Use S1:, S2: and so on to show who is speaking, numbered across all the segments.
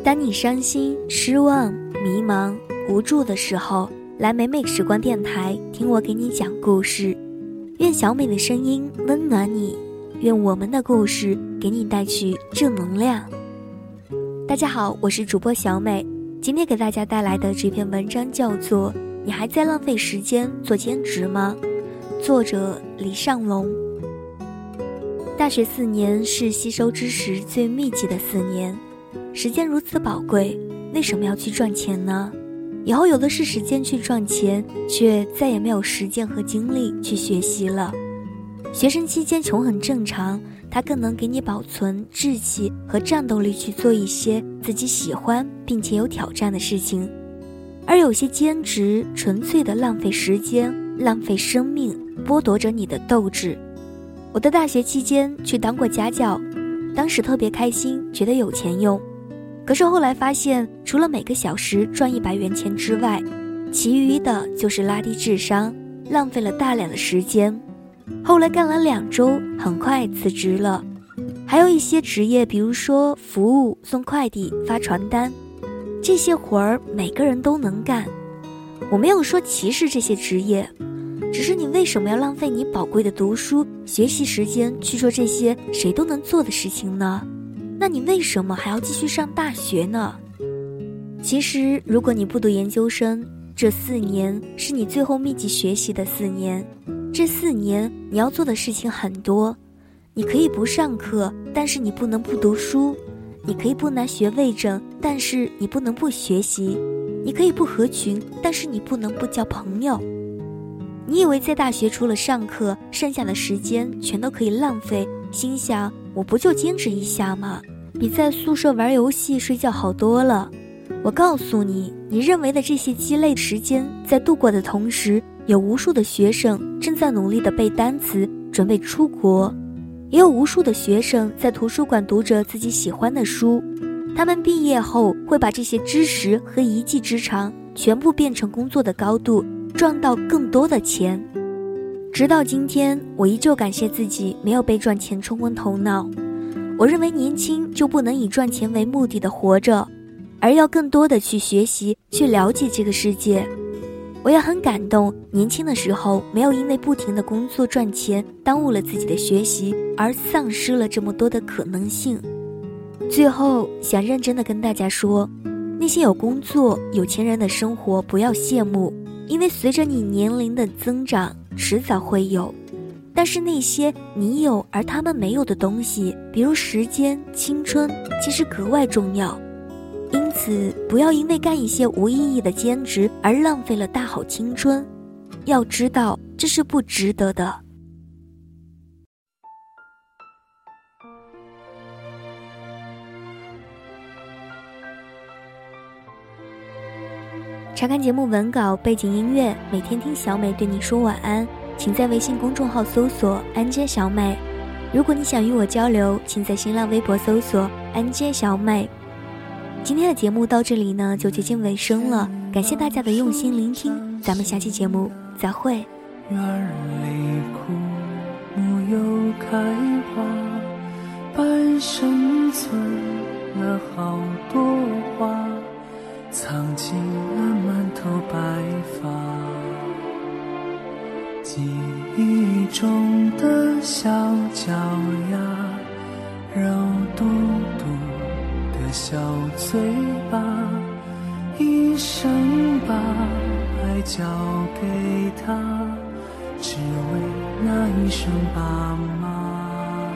S1: 当你伤心、失望、迷茫、无助的时候，来美美时光电台听我给你讲故事。愿小美的声音温暖你，愿我们的故事给你带去正能量。大家好，我是主播小美，今天给大家带来的这篇文章叫做你还在浪费时间做兼职吗？作者李尚龙。大学4年是吸收知识最密集的4年，时间如此宝贵，为什么要去赚钱呢？以后有的是时间去赚钱，却再也没有时间和精力去学习了。学生期间穷很正常，它更能给你保存志气和战斗力去做一些自己喜欢并且有挑战的事情。而有些兼职纯粹的浪费时间，浪费生命，剥夺着你的斗志。我的大学期间去当过家教，当时特别开心，觉得有钱用。可是后来发现，除了每个小时赚100元钱之外，其余的就是拉低智商，浪费了大量的时间。后来干了2周，很快辞职了。还有一些职业，比如说服务、送快递、发传单，这些活儿每个人都能干。我没有说歧视这些职业，只是你为什么要浪费你宝贵的读书、学习时间去做这些谁都能做的事情呢？那你为什么还要继续上大学呢？其实如果你不读研究生，这4年是你最后密集学习的4年。这4年你要做的事情很多，你可以不上课，但是你不能不读书；你可以不拿学位证，但是你不能不学习；你可以不合群，但是你不能不交朋友。你以为在大学除了上课，剩下的时间全都可以浪费，心想我不就兼职一下吗？比在宿舍玩游戏睡觉好多了。我告诉你，你认为的这些鸡肋时间，在度过的同时，有无数的学生正在努力地背单词，准备出国，也有无数的学生在图书馆读着自己喜欢的书。他们毕业后会把这些知识和一技之长全部变成工作的高度，赚到更多的钱。直到今天，我依旧感谢自己没有被赚钱冲昏头脑。我认为年轻就不能以赚钱为目的的活着，而要更多的去学习，去了解这个世界。我也很感动，年轻的时候没有因为不停的工作赚钱耽误了自己的学习，而丧失了这么多的可能性。最后想认真的跟大家说，那些有工作有钱人的生活不要羡慕，因为随着你年龄的增长，迟早会有。但是那些你有而他们没有的东西，比如时间、青春，其实格外重要。因此不要因为干一些无意义的兼职而浪费了大好青春，要知道这是不值得的。查看节目文稿、背景音乐，每天听小美对你说晚安，请在微信公众号搜索安接小美。如果你想与我交流，请在新浪微博搜索安接小美。今天的节目到这里呢就接近尾声了，感谢大家的用心聆听，咱们下期节目再会。
S2: 园里枯木又开花，半生存了好多花，藏进了满头白发。记忆中的小脚丫，肉嘟嘟的小嘴巴，一生把爱交给他，只为那一声爸妈。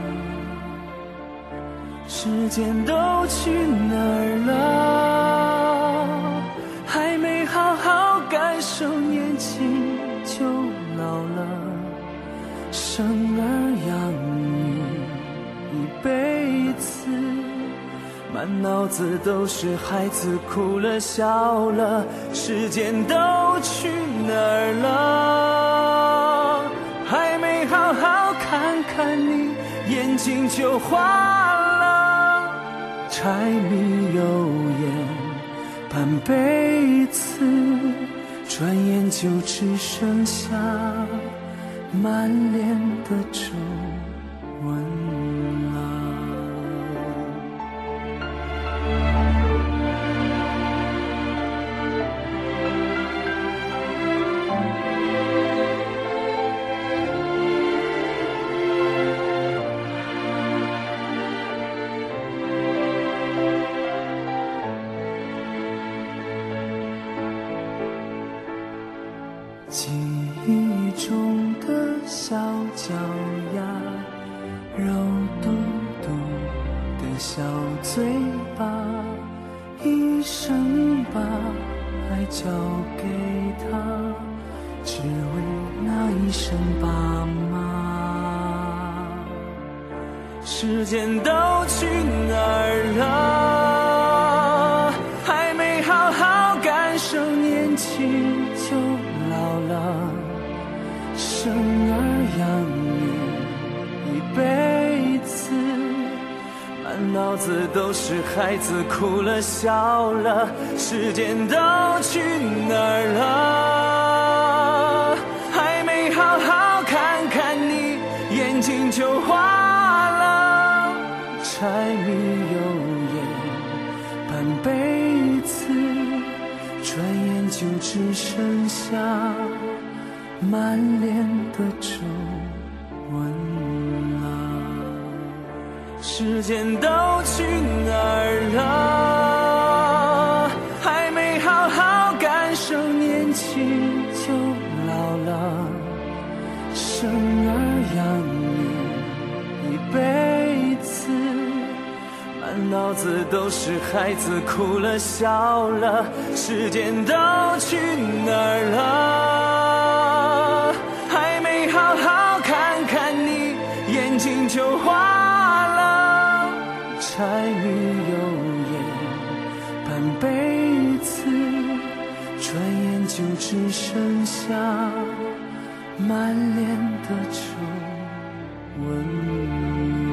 S2: 时间都去哪儿了？还没好好感受年轻就老了，生儿养女一辈子，满脑子都是孩子哭了笑了，时间都去哪儿了？还没好好看看你，眼睛就花了，柴米油盐半辈子，转眼就只剩下满脸的皱纹了。 小脚丫，肉嘟嘟的小嘴巴，一生把爱交给他，只为那一声爸妈。时间都去哪儿了？还没好好感受年轻就老了，生儿养女一辈子，满脑子都是孩子哭了笑了，时间都去哪儿了？还没好好看看你，眼睛就花了，柴米油盐半辈子，转眼就只剩下满脸的皱纹了。时间都去哪儿了？还没好好感受年轻就老了，生儿养女一辈子，满脑子都是孩子哭了笑了，时间都去哪儿了？还没好好看看你，眼睛就花了，柴米油盐半辈子，转眼就只剩下满脸的皱纹。